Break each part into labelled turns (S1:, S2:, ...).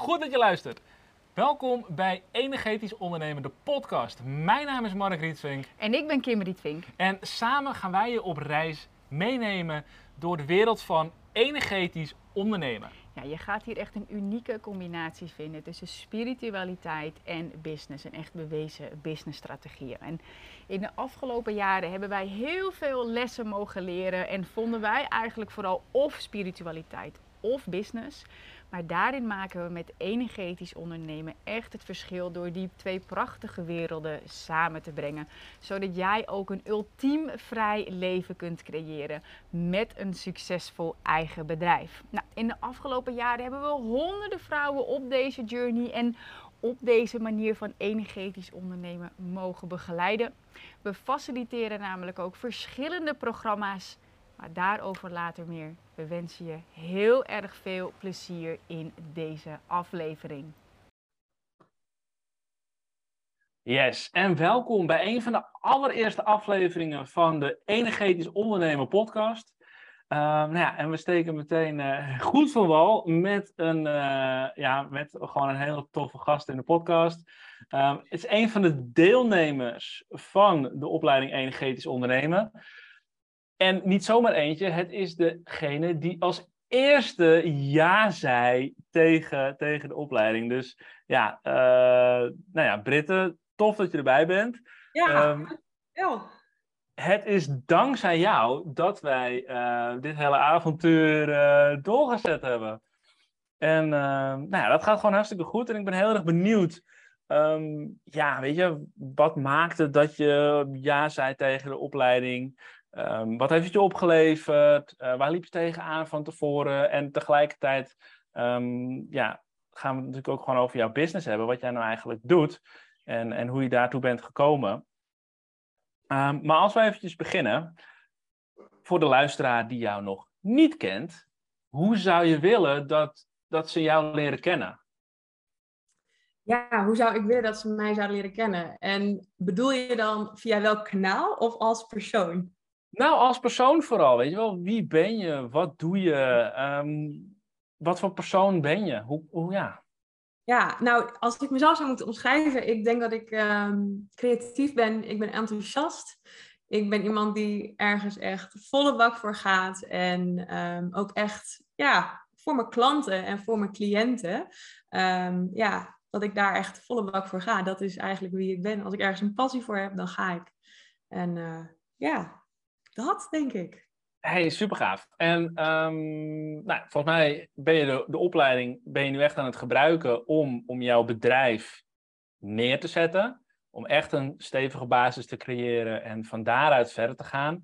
S1: Goed dat je luistert. Welkom bij Energetisch Ondernemen, de podcast. Mijn naam is Mark Rietvink.
S2: En ik ben Kim Rietvink.
S1: En samen gaan wij je op reis meenemen door de wereld van energetisch ondernemen.
S2: Ja, je gaat hier echt een unieke combinatie vinden tussen spiritualiteit en business. En echt bewezen businessstrategieën. En in de afgelopen jaren hebben wij heel veel lessen mogen leren. En vonden wij eigenlijk vooral of spiritualiteit of business. Maar daarin maken we met energetisch ondernemen echt het verschil door die twee prachtige werelden samen te brengen. Zodat jij ook een ultiem vrij leven kunt creëren met een succesvol eigen bedrijf. Nou, in de afgelopen jaren hebben we honderden vrouwen op deze journey en op deze manier van energetisch ondernemen mogen begeleiden. We faciliteren namelijk ook verschillende programma's. Maar daarover later meer. We wensen je heel erg veel plezier in deze aflevering.
S1: Yes, en welkom bij een van de allereerste afleveringen van de Energetisch Ondernemen podcast. En we steken meteen goed van wal met met gewoon een hele toffe gast in de podcast. Het is een van de deelnemers van de opleiding Energetisch Ondernemen. En niet zomaar eentje, het is degene die als eerste ja zei tegen de opleiding. Dus Britte, tof dat je erbij bent.
S3: Ja,
S1: Het is dankzij jou dat wij dit hele avontuur doorgezet hebben. En dat gaat gewoon hartstikke goed en ik ben heel erg benieuwd. Wat maakte dat je ja zei tegen de opleiding? Wat heeft het je opgeleverd? Waar liep je tegenaan van tevoren? En tegelijkertijd gaan we het natuurlijk ook gewoon over jouw business hebben. Wat jij nou eigenlijk doet en hoe je daartoe bent gekomen. Maar als we eventjes beginnen. Voor de luisteraar die jou nog niet kent. Hoe zou je willen dat ze jou leren kennen?
S3: Ja, hoe zou ik willen dat ze mij zouden leren kennen? En bedoel je dan via welk kanaal of als persoon?
S1: Nou, als persoon vooral, weet je wel. Wie ben je? Wat doe je? Wat voor persoon ben je?
S3: Ja, nou, als ik mezelf zou moeten omschrijven, ik denk dat ik creatief ben. Ik ben enthousiast. Ik ben iemand die ergens echt volle bak voor gaat. En ook echt, voor mijn klanten en voor mijn cliënten. Dat ik daar echt volle bak voor ga. Dat is eigenlijk wie ik ben. Als ik ergens een passie voor heb, dan ga ik. En dat denk ik.
S1: Hey, super gaaf. En volgens mij ben je de opleiding nu echt aan het gebruiken om jouw bedrijf neer te zetten. Om echt een stevige basis te creëren en van daaruit verder te gaan.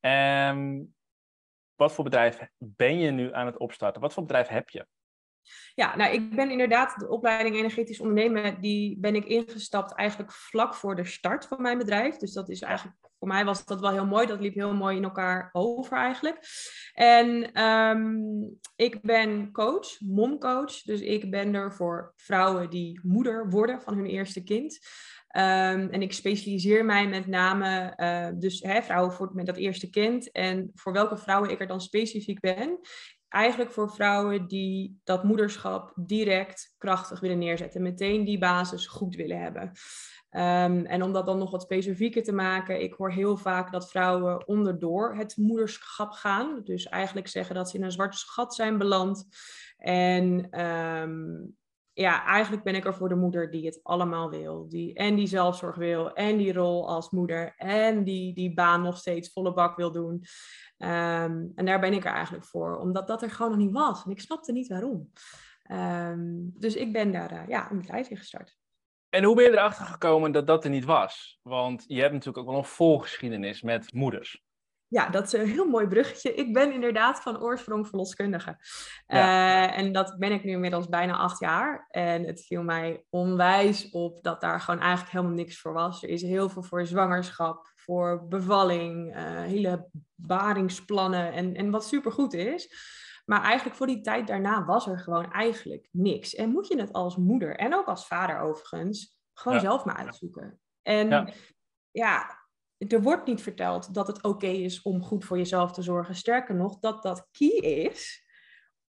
S1: Wat voor bedrijf ben je nu aan het opstarten? Wat voor bedrijf heb je?
S3: Ja, nou, ik ben inderdaad de opleiding Energetisch Ondernemen, die ben ik ingestapt eigenlijk vlak voor de start van mijn bedrijf. Dus dat is eigenlijk, voor mij was dat wel heel mooi. Dat liep heel mooi in elkaar over eigenlijk. En ik ben coach, momcoach. Dus ik ben er voor vrouwen die moeder worden van hun eerste kind. En ik specialiseer mij met name vrouwen met dat eerste kind. En voor welke vrouwen ik er dan specifiek ben, eigenlijk voor vrouwen die dat moederschap direct krachtig willen neerzetten. Meteen die basis goed willen hebben. En om dat dan nog wat specifieker te maken, ik hoor heel vaak dat vrouwen onderdoor het moederschap gaan. Dus eigenlijk zeggen dat ze in een zwart gat zijn beland. En eigenlijk ben ik er voor de moeder die het allemaal wil. Die zelfzorg wil en die rol als moeder en die baan nog steeds volle bak wil doen. En daar ben ik er eigenlijk voor, omdat dat er gewoon nog niet was. En ik snapte niet waarom. Dus ik ben daar een bedrijf in gestart.
S1: En hoe ben je erachter gekomen dat dat er niet was? Want je hebt natuurlijk ook wel een voorgeschiedenis met moeders.
S3: Ja, dat is een heel mooi bruggetje. Ik ben inderdaad van oorsprong verloskundige. En dat ben ik nu inmiddels bijna 8 jaar. En het viel mij onwijs op dat daar gewoon eigenlijk helemaal niks voor was. Er is heel veel voor zwangerschap, voor bevalling, hele baringsplannen en wat supergoed is. Maar eigenlijk voor die tijd daarna was er gewoon eigenlijk niks. En moet je het als moeder en ook als vader overigens gewoon zelf maar uitzoeken. En er wordt niet verteld dat het oké is om goed voor jezelf te zorgen. Sterker nog, dat key is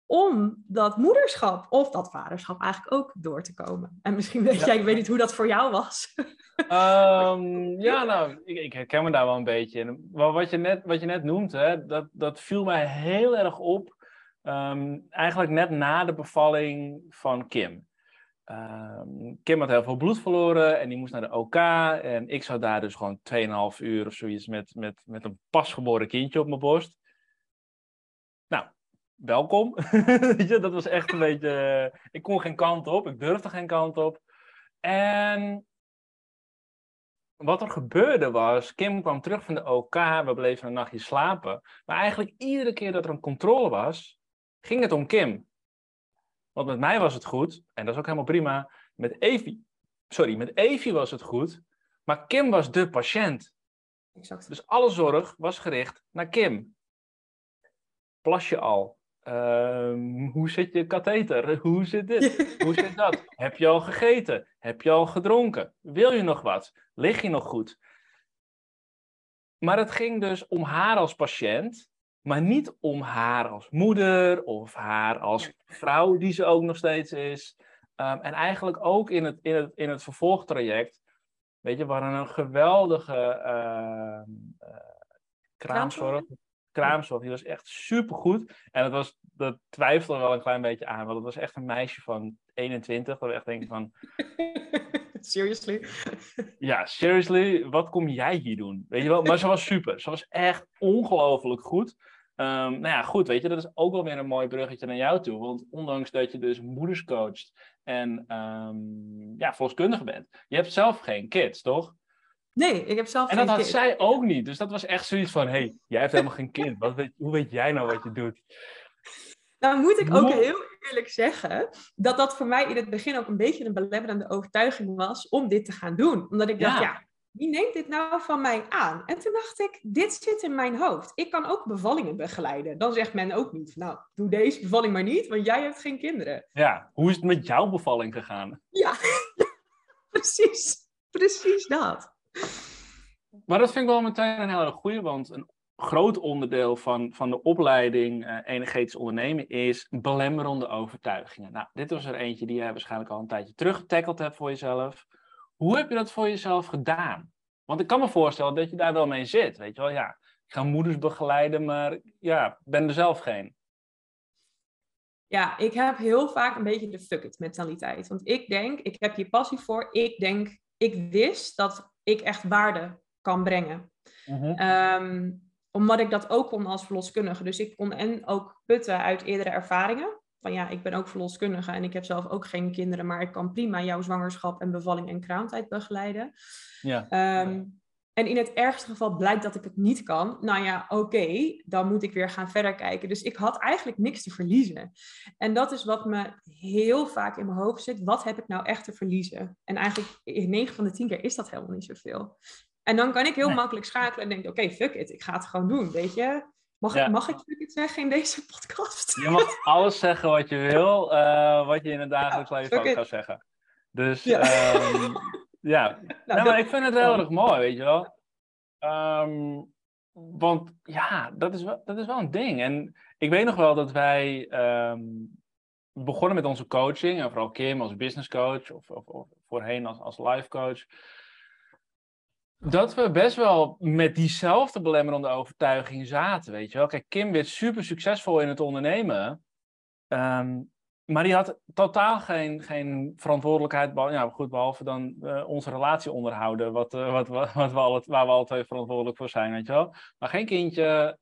S3: om dat moederschap of dat vaderschap eigenlijk ook door te komen. En misschien weet jij, ik weet niet hoe dat voor jou was.
S1: Ja, nou, ik herken me daar wel een beetje in. Maar wat je net noemt, hè, dat viel mij heel erg op. Eigenlijk net na de bevalling van Kim. Kim had heel veel bloed verloren en die moest naar de OK. En ik zat daar dus gewoon 2,5 uur of zoiets met een pasgeboren kindje op mijn borst. Nou, welkom. Dat was echt een beetje... Ik kon geen kant op, ik durfde geen kant op. En wat er gebeurde was, Kim kwam terug van de OK, we bleven een nachtje slapen. Maar eigenlijk iedere keer dat er een controle was, ging het om Kim. Want met mij was het goed, en dat is ook helemaal prima. Met Evie was het goed, maar Kim was de patiënt.
S3: Exact.
S1: Dus alle zorg was gericht naar Kim. Plas je al? Hoe zit je katheter? Hoe zit dit? Hoe zit dat? Heb je al gegeten? Heb je al gedronken? Wil je nog wat? Lig je nog goed? Maar het ging dus om haar als patiënt, maar niet om haar als moeder of haar als vrouw die ze ook nog steeds is. En eigenlijk ook in het vervolgtraject, weet je, we hadden een geweldige kraamzorg, die was echt supergoed. En dat twijfelde wel een klein beetje aan, want het was echt een meisje van 21, dat we echt denken van...
S3: Seriously?
S1: Ja, seriously, wat kom jij hier doen? Weet je wel? Maar ze was super. Ze was echt ongelooflijk goed. Nou ja, goed, weet je, dat is ook wel weer een mooi bruggetje naar jou toe. Want ondanks dat je dus moeders coacht en verloskundige bent, je hebt zelf geen kids, toch?
S3: Nee, ik heb zelf
S1: en
S3: geen
S1: dat had
S3: kind.
S1: zij ook niet. Dus dat was echt zoiets van, hey, jij hebt helemaal geen kind. Hoe weet jij nou wat je doet?
S3: Nou moet ik ook heel eerlijk zeggen dat voor mij in het begin ook een beetje een belemmerende overtuiging was om dit te gaan doen. Omdat ik dacht, wie neemt dit nou van mij aan? En toen dacht ik, dit zit in mijn hoofd. Ik kan ook bevallingen begeleiden. Dan zegt men ook niet, nou, doe deze bevalling maar niet, want jij hebt geen kinderen.
S1: Ja, hoe is het met jouw bevalling gegaan?
S3: Ja, precies dat.
S1: Maar dat vind ik wel meteen een heel erg goeie, want een groot onderdeel van de opleiding energetisch ondernemen is belemmerende overtuigingen. Nou, dit was er eentje die jij waarschijnlijk al een tijdje teruggetackeld hebt voor jezelf. Hoe heb je dat voor jezelf gedaan? Want ik kan me voorstellen dat je daar wel mee zit, weet je wel. Ja, ik ga moeders begeleiden, maar ja, ben er zelf geen.
S3: Ja, ik heb heel vaak een beetje de fuck it mentaliteit. Want ik denk, ik heb hier passie voor. Ik wist dat ik echt waarde kan brengen. Omdat ik dat ook kon als verloskundige. Dus ik kon ook putten uit eerdere ervaringen. Van ja, ik ben ook verloskundige en ik heb zelf ook geen kinderen, maar ik kan prima jouw zwangerschap en bevalling en kraamtijd begeleiden.
S1: Ja.
S3: En in het ergste geval blijkt dat ik het niet kan. Nou ja, oké, dan moet ik weer gaan verder kijken. Dus ik had eigenlijk niks te verliezen. En dat is wat me heel vaak in mijn hoofd zit. Wat heb ik nou echt te verliezen? En eigenlijk in 9 van de 10 keer is dat helemaal niet zoveel. En dan kan ik heel makkelijk schakelen en denken, oké, fuck it, ik ga het gewoon doen, weet je. Mag ik fuck it zeggen in deze podcast?
S1: Je mag alles zeggen wat je wil, wat je in het dagelijks leven ook gaat zeggen. Dus maar ik vind het heel erg mooi, weet je wel. Want ja, dat is wel een ding. En ik weet nog wel dat wij begonnen met onze coaching, en vooral Kim als business coach, of voorheen als life coach, dat we best wel met diezelfde belemmerende overtuiging zaten, weet je wel. Kijk, Kim werd super succesvol in het ondernemen, maar die had totaal geen verantwoordelijkheid, behalve dan onze relatie onderhouden, waar we alle twee verantwoordelijk voor zijn, weet je wel. Maar geen kindje.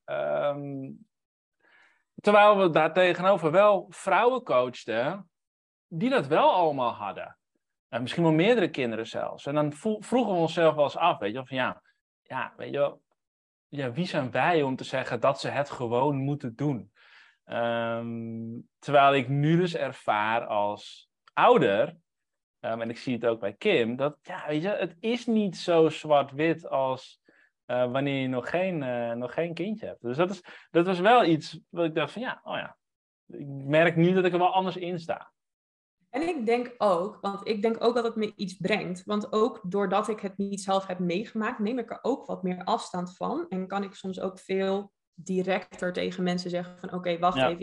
S1: Terwijl we daar tegenover wel vrouwen coachten die dat wel allemaal hadden. En misschien wel meerdere kinderen zelfs. En dan vroegen we onszelf wel eens af, weet je wel, van weet je wel, wie zijn wij om te zeggen dat ze het gewoon moeten doen? Terwijl ik nu dus ervaar als ouder, en ik zie het ook bij Kim, dat weet je, het is niet zo zwart-wit als wanneer je nog geen kindje hebt. Dus dat was wel iets wat ik dacht van ik merk nu dat ik er wel anders in sta.
S3: En ik denk ook dat het me iets brengt. Want ook doordat ik het niet zelf heb meegemaakt, neem ik er ook wat meer afstand van. En kan ik soms ook veel directer tegen mensen zeggen van oké, wacht even, je hebt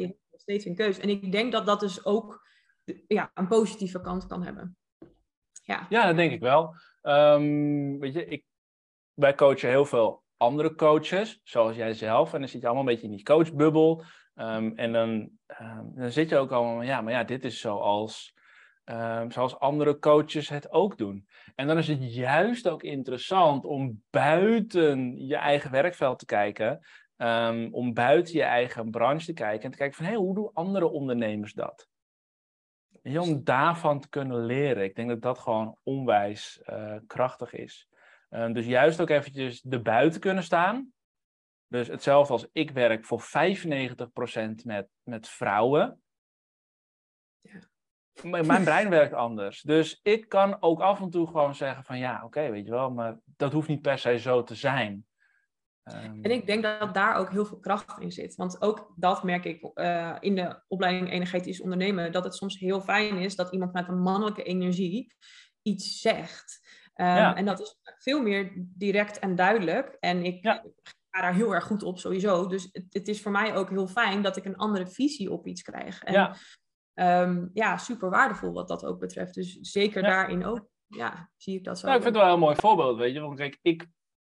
S3: steeds een keuze. En ik denk dat dat dus ook een positieve kant kan hebben.
S1: Ja, dat denk ik wel. Weet je, wij coachen heel veel andere coaches, zoals jij zelf. En dan zit je allemaal een beetje in die coachbubbel. En dan zit je ook allemaal, maar ja, dit is zoals andere coaches het ook doen. En dan is het juist ook interessant om buiten je eigen werkveld te kijken. Om buiten je eigen branche te kijken. En te kijken van, hoe doen andere ondernemers dat? Om daarvan te kunnen leren. Ik denk dat dat gewoon onwijs krachtig is. Dus juist ook eventjes erbuiten kunnen staan. Dus hetzelfde als ik werk voor 95% met vrouwen.
S3: Ja.
S1: Mijn brein werkt anders. Dus ik kan ook af en toe gewoon zeggen van oké, weet je wel, maar dat hoeft niet per se zo te zijn.
S3: En ik denk dat daar ook heel veel kracht in zit. Want ook dat merk ik in de opleiding Energetisch Ondernemen. Dat het soms heel fijn is dat iemand met een mannelijke energie iets zegt. En dat is veel meer direct en duidelijk. En ik ga daar heel erg goed op sowieso. Dus het is voor mij ook heel fijn dat ik een andere visie op iets krijg. En super waardevol wat dat ook betreft. Dus zeker daarin ook zie ik dat zo.
S1: Nou, ik vind het wel een heel mooi voorbeeld, weet je. Want kijk,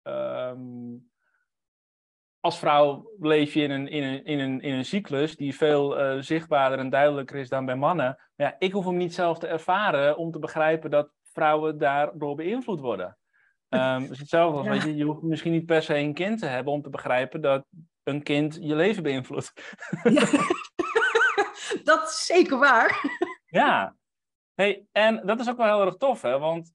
S1: als vrouw leef je in een cyclus die veel zichtbaarder en duidelijker is dan bij mannen. Maar ik hoef hem niet zelf te ervaren om te begrijpen dat vrouwen daardoor beïnvloed worden. Dus hetzelfde als, weet je hoeft misschien niet per se een kind te hebben om te begrijpen dat een kind je leven beïnvloedt.
S3: Ja. Dat is zeker waar.
S1: Ja. Hey, en dat is ook wel heel erg tof, hè? Want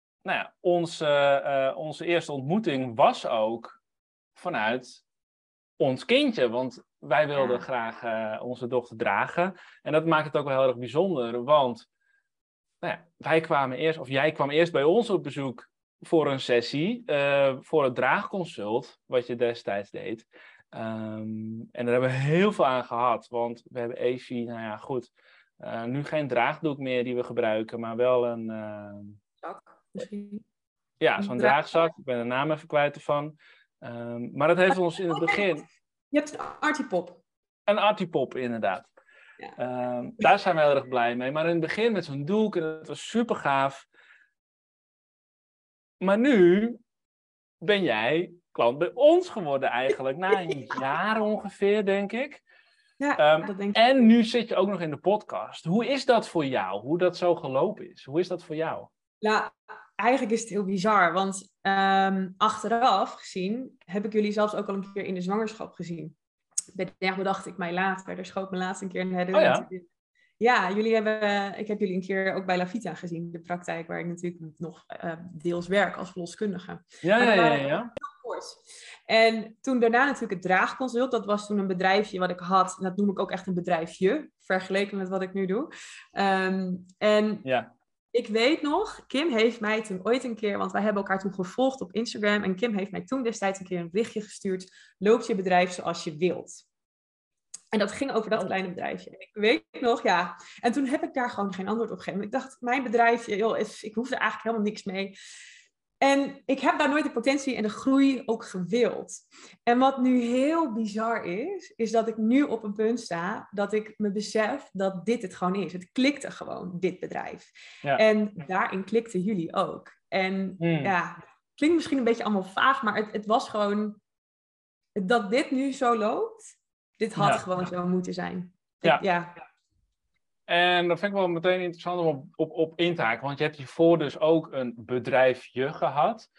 S1: onze eerste ontmoeting was ook vanuit ons kindje. Want wij wilden graag onze dochter dragen. En dat maakt het ook wel heel erg bijzonder. Want wij kwamen eerst, of jij kwam eerst bij ons op bezoek voor een sessie. Voor het draagconsult, wat je destijds deed. En daar hebben we heel veel aan gehad. Want we hebben Evie, nu geen draagdoek meer die we gebruiken. Maar wel een...
S3: zak misschien.
S1: Ja, zo'n draagzak. Ik ben de naam even kwijt ervan. Maar dat heeft ons in het begin...
S3: Je hebt een Artipop.
S1: Een Artipop, inderdaad.
S3: Ja.
S1: Daar zijn we heel erg blij mee. Maar in het begin met zo'n doek, en dat was super gaaf. Maar nu ben jij klant bij ons geworden eigenlijk. Na een jaar ongeveer, denk ik.
S3: Ja, dat denk ik.
S1: En nu zit je ook nog in de podcast. Hoe is dat voor jou? Hoe dat zo gelopen is? Hoe is dat voor jou?
S3: Nou, eigenlijk is het heel bizar. Want achteraf gezien heb ik jullie zelfs ook al een keer in de zwangerschap gezien. Dat bedacht ik mij later. Er schoot me laatst een keer een herinnering in. Ja, ik heb jullie een keer ook bij La Vita gezien. De praktijk waar ik natuurlijk nog deels werk als verloskundige.
S1: Ja.
S3: Kort. En toen daarna natuurlijk het draagconsult. Dat was toen een bedrijfje wat ik had. En dat noem ik ook echt een bedrijfje. Vergeleken met wat ik nu doe. Ik weet nog, Kim heeft mij toen ooit een keer, want wij hebben elkaar toen gevolgd op Instagram. En Kim heeft mij toen destijds een keer een berichtje gestuurd. Loop je bedrijf zoals je wilt. En dat ging over dat kleine bedrijfje. En ik weet nog, En toen heb ik daar gewoon geen antwoord op gegeven. Ik dacht, mijn bedrijfje, ik hoef er eigenlijk helemaal niks mee. En ik heb daar nooit de potentie en de groei ook gewild. En wat nu heel bizar is dat ik nu op een punt sta dat ik me besef dat dit het gewoon is. Het klikte gewoon, dit bedrijf. Ja. En daarin klikten jullie ook. En klinkt misschien een beetje allemaal vaag, maar het was gewoon dat dit nu zo loopt. Dit had gewoon zo moeten zijn.
S1: En dat vind ik wel meteen interessant om op in te haken. Want je hebt hiervoor dus ook een bedrijfje gehad.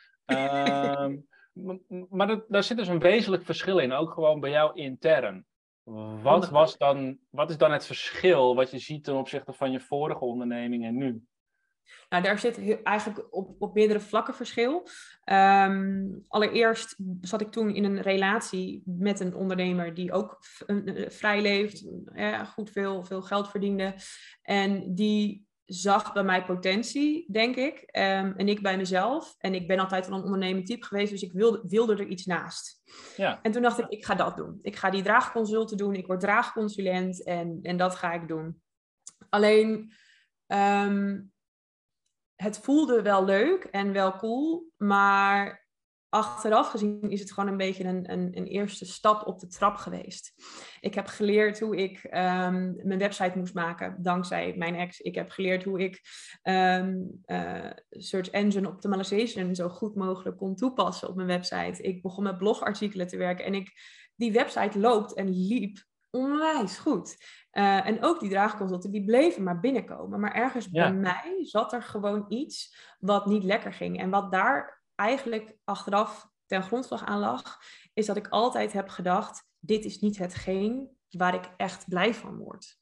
S1: Maar daar zit dus een wezenlijk verschil in. Ook gewoon bij jou intern. Wat is dan het verschil wat je ziet ten opzichte van je vorige onderneming en nu?
S3: Nou, daar zit eigenlijk op meerdere vlakken verschil. Allereerst zat ik toen in een relatie met een ondernemer die ook vrij leeft, goed veel geld verdiende. En die zag bij mij potentie, denk ik. En ik bij mezelf. En ik ben altijd al een ondernemend type geweest, dus ik wilde er iets naast. Ja. En toen dacht ik ga dat doen. Ik ga die draagconsulten doen. Ik word draagconsulent en dat ga ik doen. Alleen... het voelde wel leuk en wel cool, maar achteraf gezien is het gewoon een beetje een eerste stap op de trap geweest. Ik heb geleerd hoe ik mijn website moest maken, dankzij mijn ex. Ik heb geleerd hoe ik search engine optimization zo goed mogelijk kon toepassen op mijn website. Ik begon met blogartikelen te werken en die website loopt en liep onwijs goed. En ook die draagconsulten, die bleven maar binnenkomen. Maar ergens bij mij zat er gewoon iets wat niet lekker ging. En wat daar eigenlijk achteraf ten grondslag aan lag, is dat ik altijd heb gedacht, dit is niet hetgeen waar ik echt blij van word.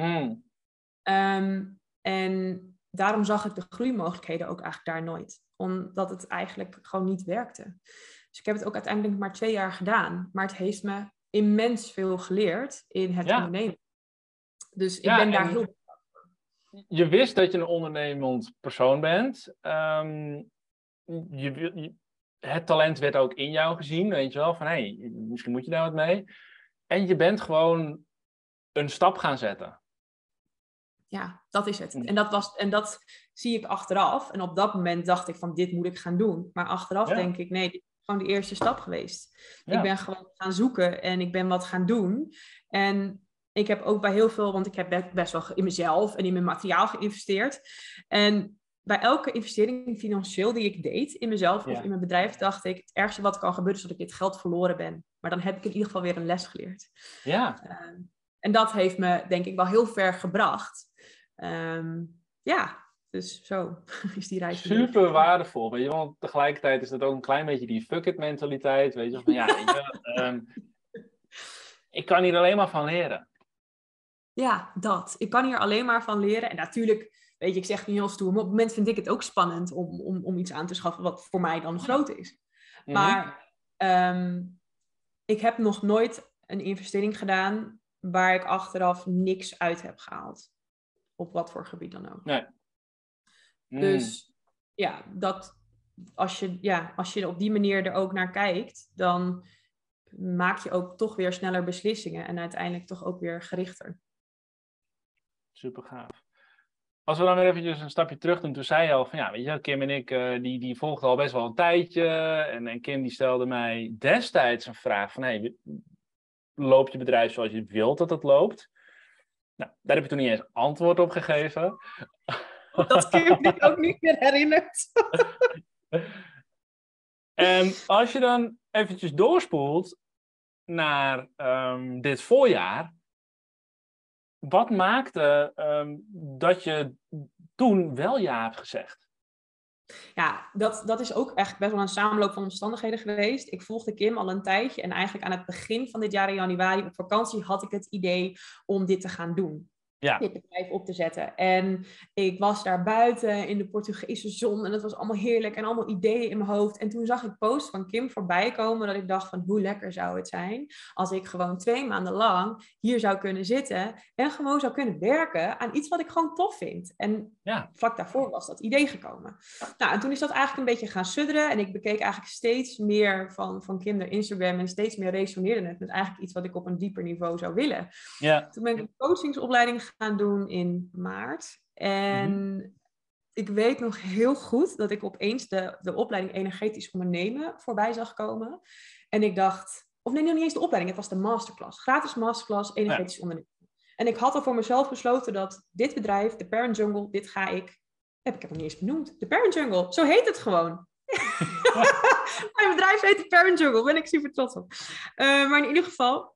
S3: En daarom zag ik de groeimogelijkheden ook eigenlijk daar nooit. Omdat het eigenlijk gewoon niet werkte. Dus ik heb het ook uiteindelijk maar 2 jaar gedaan. Maar het heeft me immens veel geleerd in het ondernemen. Dus ik ben daar heel...
S1: Je wist dat je een ondernemend persoon bent. Het talent werd ook in jou gezien, weet je wel. Van, misschien moet je daar wat mee. En je bent gewoon een stap gaan zetten.
S3: Ja, dat is het. En dat zie ik achteraf. En op dat moment dacht ik van, dit moet ik gaan doen. Maar achteraf denk ik, nee, dit is gewoon de eerste stap geweest. Ik ben gewoon gaan zoeken en ik ben wat gaan doen. En ik heb ook bij heel veel, want ik heb best wel in mezelf en in mijn materiaal geïnvesteerd. En bij elke investering financieel die ik deed in mezelf of in mijn bedrijf, dacht ik, het ergste wat kan gebeuren is dat ik dit geld verloren ben. Maar dan heb ik in ieder geval weer een les geleerd.
S1: Ja.
S3: En dat heeft me, denk ik, wel heel ver gebracht. Dus zo is die reis.
S1: Super waardevol, weet je, want tegelijkertijd is dat ook een klein beetje die fuck it mentaliteit, weet je, van ik kan hier alleen maar van leren.
S3: Ja, dat. Ik kan hier alleen maar van leren. En natuurlijk, weet je, ik zeg niet heel stoer, maar op het moment vind ik het ook spannend om iets aan te schaffen wat voor mij dan groot is. Maar ik heb nog nooit een investering gedaan waar ik achteraf niks uit heb gehaald. Op wat voor gebied dan ook.
S1: Nee.
S3: Dus ja, als je op die manier er ook naar kijkt, dan maak je ook toch weer sneller beslissingen en uiteindelijk toch ook weer gerichter.
S1: Super gaaf. Als we dan weer eventjes een stapje terug doen, toen zei je al van weet je, Kim en ik, die volgden al best wel een tijdje. En Kim die stelde mij destijds een vraag van, loopt je bedrijf zoals je wilt dat het loopt? Nou, daar heb je toen niet eens antwoord op gegeven.
S3: Dat Kim ik ook niet meer herinnert.
S1: En als je dan eventjes doorspoelt naar dit voorjaar, wat maakte dat je toen wel ja hebt gezegd?
S3: Ja, dat is ook echt best wel een samenloop van omstandigheden geweest. Ik volgde Kim al een tijdje en eigenlijk aan het begin van dit jaar in januari op vakantie had ik het idee om dit te gaan doen.
S1: Ja.
S3: Dit bedrijf op te zetten. En ik was daar buiten in de Portugese zon en het was allemaal heerlijk en allemaal ideeën in mijn hoofd. En toen zag ik posts van Kim voorbij komen dat ik dacht van hoe lekker zou het zijn als ik gewoon 2 maanden lang hier zou kunnen zitten en gewoon zou kunnen werken aan iets wat ik gewoon tof vind. En vlak daarvoor was dat idee gekomen. Nou, en toen is dat eigenlijk een beetje gaan sudderen en ik bekeek eigenlijk steeds meer van Kim de Instagram en steeds meer resoneerde het met eigenlijk iets wat ik op een dieper niveau zou willen.
S1: Ja.
S3: Toen ben ik een coachingsopleiding gaan doen in maart. En ik weet nog heel goed dat ik opeens de opleiding Energetisch Ondernemen voorbij zag komen. En ik dacht, of nee, nog niet eens de opleiding, het was de masterclass. Gratis masterclass Energetisch Ondernemen. En ik had al voor mezelf besloten dat dit bedrijf, de Parent Jungle, dit ga ik... Heb ik het nog niet eens benoemd. De Parent Jungle, zo heet het gewoon. Mijn bedrijf heet de Parent Jungle, daar ben ik super trots op. Maar in ieder geval...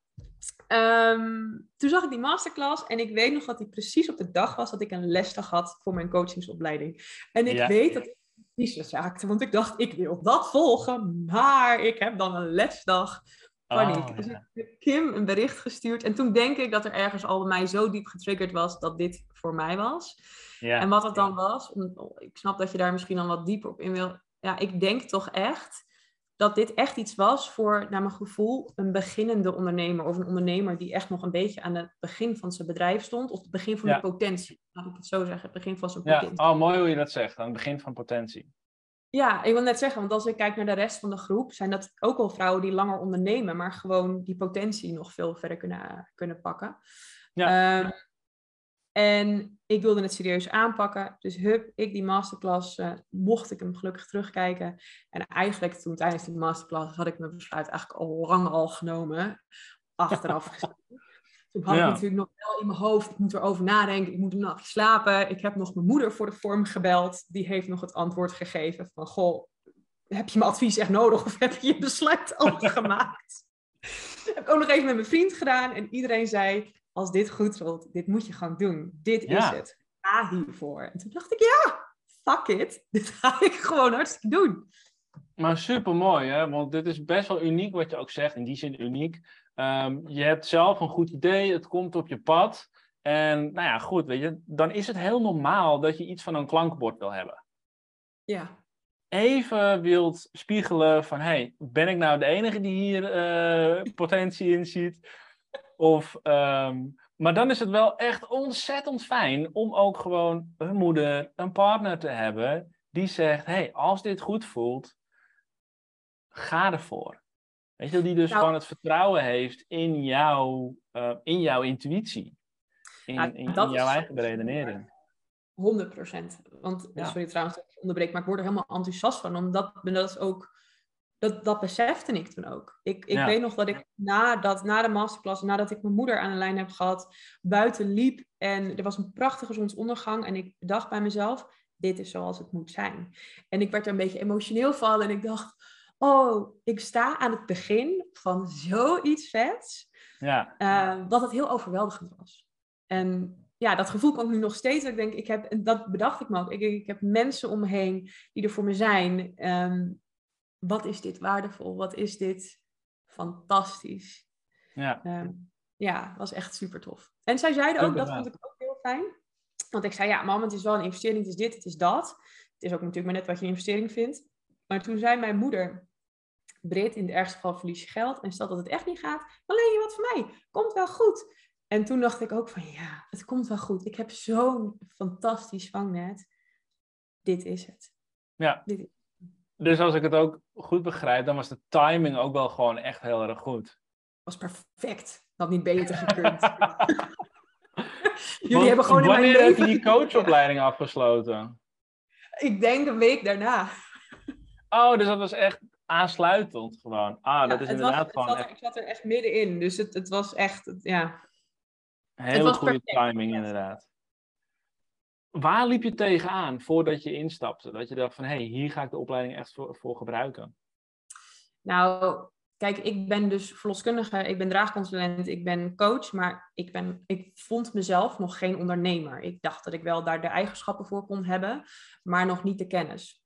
S3: toen zag ik die masterclass en ik weet nog dat die precies op de dag was dat ik een lesdag had voor mijn coachingsopleiding. En ik weet dat ik crisis raakte, want ik dacht, ik wil dat volgen, maar ik heb dan een lesdag paniek. Dus ik heb Kim een bericht gestuurd en toen denk ik dat er ergens al bij mij zo diep getriggerd was dat dit voor mij was. En wat het dan was, ik snap dat je daar misschien dan wat dieper op in wil. Ja, ik denk toch echt dat dit echt iets was voor, naar mijn gevoel, een beginnende ondernemer. Of een ondernemer die echt nog een beetje aan het begin van zijn bedrijf stond. Of het begin van de potentie. Laat ik het zo zeggen, het begin van zijn potentie.
S1: Ja, mooi hoe je dat zegt, aan het begin van potentie.
S3: Ja, ik wil net zeggen, want als ik kijk naar de rest van de groep, zijn dat ook wel vrouwen die langer ondernemen, maar gewoon die potentie nog veel verder kunnen pakken. En ik wilde het serieus aanpakken. Dus ik die masterclass, mocht ik hem gelukkig terugkijken. En eigenlijk toen tijdens die masterclass had ik mijn besluit eigenlijk al lang al genomen. Achteraf gezien. Toen had ik natuurlijk nog wel in mijn hoofd, ik moet erover nadenken, ik moet een nachtje slapen. Ik heb nog mijn moeder voor de vorm gebeld. Die heeft nog het antwoord gegeven van, goh, heb je mijn advies echt nodig of heb je je besluit al gemaakt? Dat heb ik ook nog even met mijn vriend gedaan en iedereen zei, als dit goed voelt, dit moet je gewoon doen. Dit is het. Ga hiervoor. En toen dacht ik, ja, fuck it. Dit ga ik gewoon hartstikke doen.
S1: Maar supermooi, hè? Want dit is best wel uniek wat je ook zegt. In die zin uniek. Je hebt zelf een goed idee, het komt op je pad. En nou ja, goed, weet je, dan is het heel normaal dat je iets van een klankbord wil hebben.
S3: Ja.
S1: Even wilt spiegelen van, hey, ben ik nou de enige die hier potentie in ziet? Maar dan is het wel echt ontzettend fijn om ook gewoon een moeder, een partner te hebben die zegt, hey, als dit goed voelt, ga ervoor. Weet je, die dus gewoon het vertrouwen heeft in jouw intuïtie. In jouw eigen beredenering.
S3: 100%. Want, sorry trouwens dat ik onderbreek, maar ik word er helemaal enthousiast van. Omdat dat is ook, dat besefte ik toen ook. Ik weet nog dat ik na de masterclass, nadat ik mijn moeder aan de lijn heb gehad, buiten liep. En er was een prachtige zonsondergang. En ik dacht bij mezelf, dit is zoals het moet zijn. En ik werd er een beetje emotioneel van. En ik dacht, oh, ik sta aan het begin van zoiets vets.
S1: Ja.
S3: Dat het heel overweldigend was. En ja, dat gevoel kan ik nu nog steeds. Ik denk, dat bedacht ik me ook. Ik heb mensen om me heen die er voor me zijn. Wat is dit waardevol? Wat is dit fantastisch?
S1: Ja.
S3: Was echt super tof. En zij zeiden ook, dat vond ik ook heel fijn. Want ik zei, ja, mam, het is wel een investering. Het is dit, het is dat. Het is ook natuurlijk maar net wat je een investering vindt. Maar toen zei mijn moeder, Brit, in het ergste geval verlies je geld. En stel dat het echt niet gaat, dan leen je wat van mij. Komt wel goed. En toen dacht ik ook van, ja, het komt wel goed. Ik heb zo'n fantastisch vangnet. Dit is het.
S1: Ja. Dus als ik het ook goed begrijp, dan was de timing ook wel gewoon echt heel erg goed.
S3: Was perfect. Had niet beter gekund. Jullie hebben gewoon in mijn leven...
S1: Wanneer heb je die coachopleiding afgesloten?
S3: Ik denk een week daarna.
S1: Oh, dus dat was echt aansluitend gewoon. Dat is inderdaad gewoon echt...
S3: Ik zat er echt middenin. Dus het was echt, ja...
S1: Hele goede timing, inderdaad. Waar liep je tegenaan voordat je instapte? Dat je dacht van, hier ga ik de opleiding echt voor gebruiken.
S3: Nou, kijk, ik ben dus verloskundige, ik ben draagconsulent, ik ben coach, maar ik vond mezelf nog geen ondernemer. Ik dacht dat ik wel daar de eigenschappen voor kon hebben, maar nog niet de kennis.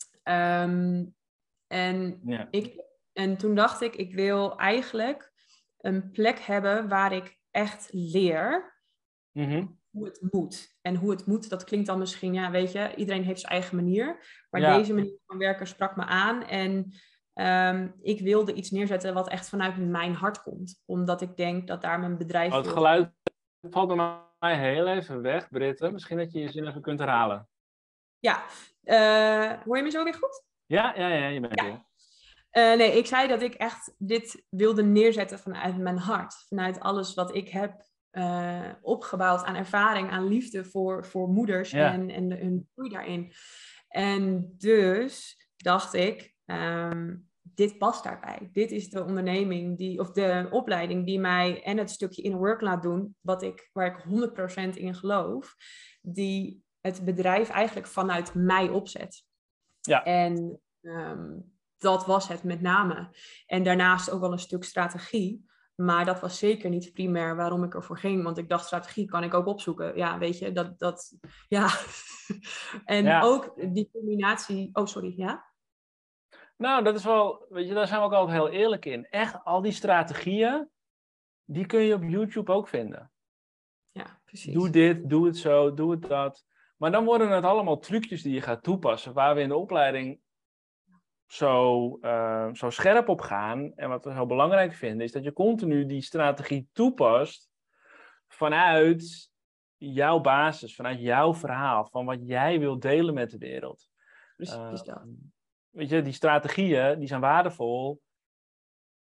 S3: En toen dacht ik wil eigenlijk een plek hebben waar ik echt leer hoe het moet. En hoe het moet, dat klinkt dan misschien, ja, weet je, iedereen heeft zijn eigen manier. Maar deze manier van werken sprak me aan. En ik wilde iets neerzetten wat echt vanuit mijn hart komt. Omdat ik denk dat daar mijn bedrijf...
S1: Het geluid valt bij mij heel even weg, Britte. Misschien dat je je zin even kunt herhalen.
S3: Ja, hoor je me zo weer goed?
S1: Ja, je bent weer.
S3: Nee, ik zei dat ik echt dit wilde neerzetten vanuit mijn hart. Vanuit alles wat ik heb opgebouwd aan ervaring, aan liefde voor moeders en hun groei daarin. En dus dacht ik, dit past daarbij. Dit is de onderneming of de opleiding die mij en het stukje inner work laat doen, waar ik 100% in geloof, die het bedrijf eigenlijk vanuit mij opzet.
S1: Ja.
S3: En dat was het met name. En daarnaast ook wel een stuk strategie. Maar dat was zeker niet primair waarom ik ervoor ging. Want ik dacht, strategie kan ik ook opzoeken. Ja, weet je, ja. En ook die combinatie... Oh, sorry, ja?
S1: Nou, dat is wel... Weet je, daar zijn we ook altijd heel eerlijk in. Echt, al die strategieën, die kun je op YouTube ook vinden.
S3: Ja, precies.
S1: Doe dit, doe het zo, doe het dat. Maar dan worden het allemaal trucjes die je gaat toepassen, waar we in de opleiding zo scherp op gaan. En wat we heel belangrijk vinden, is dat je continu die strategie toepast vanuit jouw basis, vanuit jouw verhaal, van wat jij wilt delen met de wereld.
S3: Precies dat.
S1: Weet je, die strategieën, die zijn waardevol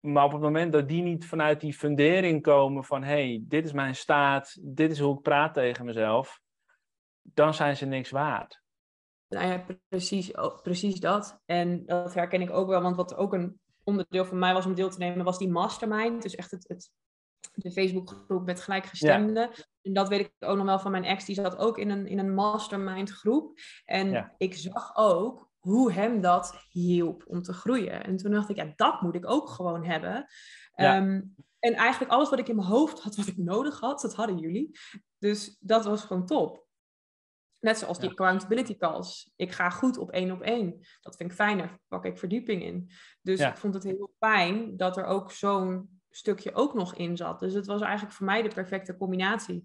S1: Maar op het moment dat die niet vanuit die fundering komen van... hey, dit is mijn staat, dit is hoe ik praat tegen mezelf... dan zijn ze niks waard.
S3: Nou ja, precies dat. En dat herken ik ook wel, want wat ook een onderdeel van mij was om deel te nemen, was die mastermind. Dus echt de Facebookgroep met gelijkgestemden. Ja. En dat weet ik ook nog wel van mijn ex, die zat ook in een mastermind groep. En ik zag ook hoe hem dat hielp om te groeien. En toen dacht ik, ja, dat moet ik ook gewoon hebben. Ja. En eigenlijk alles wat ik in mijn hoofd had, wat ik nodig had, dat hadden jullie. Dus dat was gewoon top. Net zoals die accountability calls. Ik ga goed op 1-op-1. Dat vind ik fijner. Daar pak ik verdieping in. Dus ik vond het heel fijn dat er ook zo'n stukje ook nog in zat. Dus het was eigenlijk voor mij de perfecte combinatie.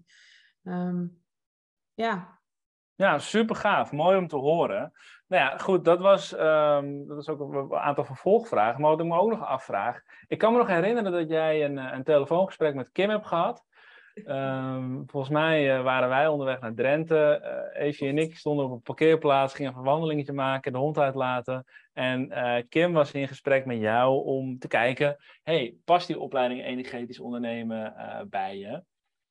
S1: Ja, super gaaf. Mooi om te horen. Nou ja, goed, dat was ook een aantal vervolgvragen. Maar wat ik me ook nog afvraag... Ik kan me nog herinneren dat jij een telefoongesprek met Kim hebt gehad. Volgens mij waren wij onderweg naar Drenthe. Evie en ik stonden op een parkeerplaats, gingen een wandelingetje maken, de hond uitlaten. En Kim was in gesprek met jou om te kijken, hey, past die opleiding energetisch ondernemen bij je?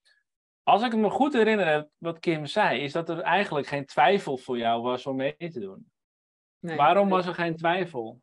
S1: Als ik me goed herinner, wat Kim zei, is dat er eigenlijk geen twijfel voor jou was om mee te doen. Nee, waarom was er geen twijfel?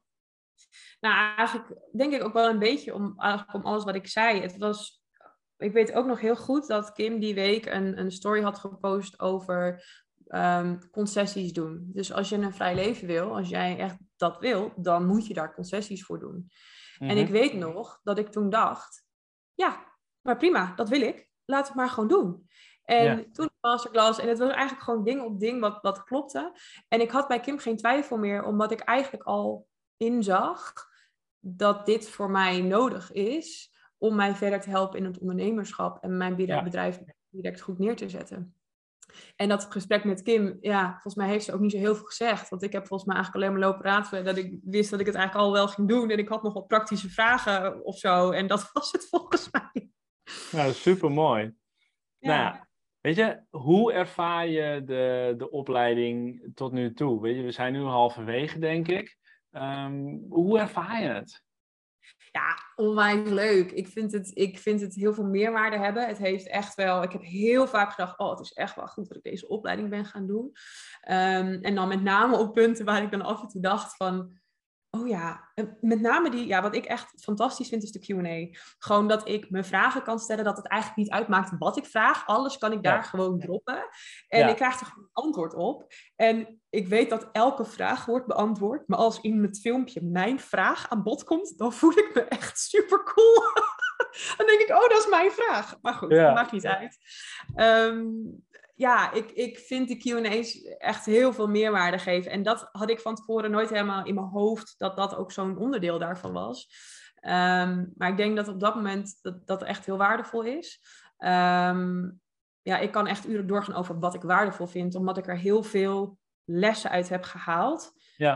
S3: Nou, eigenlijk denk ik ook wel een beetje om alles wat ik zei. Het was... Ik weet ook nog heel goed dat Kim die week een story had gepost over concessies doen. Dus als je een vrij leven wil, als jij echt dat wil, dan moet je daar concessies voor doen. Mm-hmm. En ik weet nog dat ik toen dacht, ja, maar prima, dat wil ik. Laat het maar gewoon doen. En toen masterclass, en het was eigenlijk gewoon ding op ding wat klopte. En ik had bij Kim geen twijfel meer, omdat ik eigenlijk al inzag dat dit voor mij nodig is om mij verder te helpen in het ondernemerschap en mijn bedrijf direct goed neer te zetten. En dat gesprek met Kim, volgens mij heeft ze ook niet zo heel veel gezegd. Want ik heb volgens mij eigenlijk alleen maar lopen ratelen dat ik wist dat ik het eigenlijk al wel ging doen. En ik had nog wat praktische vragen of zo. En dat was het volgens mij.
S1: Nou, super mooi. Ja. Nou, weet je, hoe ervaar je de opleiding tot nu toe? Weet je, we zijn nu halverwege, denk ik. Hoe ervaar je het?
S3: Ja, onwijs leuk. Ik vind het heel veel meerwaarde hebben. Het heeft echt wel... Ik heb heel vaak gedacht, het is echt wel goed dat ik deze opleiding ben gaan doen. En dan met name op punten waar ik dan af en toe dacht van... Oh ja, met name wat ik echt fantastisch vind is de Q&A. Gewoon dat ik mijn vragen kan stellen, dat het eigenlijk niet uitmaakt wat ik vraag. Alles kan ik daar gewoon droppen. En ik krijg er gewoon een antwoord op. En ik weet dat elke vraag wordt beantwoord. Maar als in het filmpje mijn vraag aan bod komt, dan voel ik me echt super cool. Dan denk ik, dat is mijn vraag. Maar goed, dat maakt niet uit. Ik vind de Q&A's echt heel veel meerwaarde geven. En dat had ik van tevoren nooit helemaal in mijn hoofd, dat ook zo'n onderdeel daarvan was. Maar ik denk dat op dat moment dat echt heel waardevol is. Ik kan echt uren doorgaan over wat ik waardevol vind, omdat ik er heel veel lessen uit heb gehaald.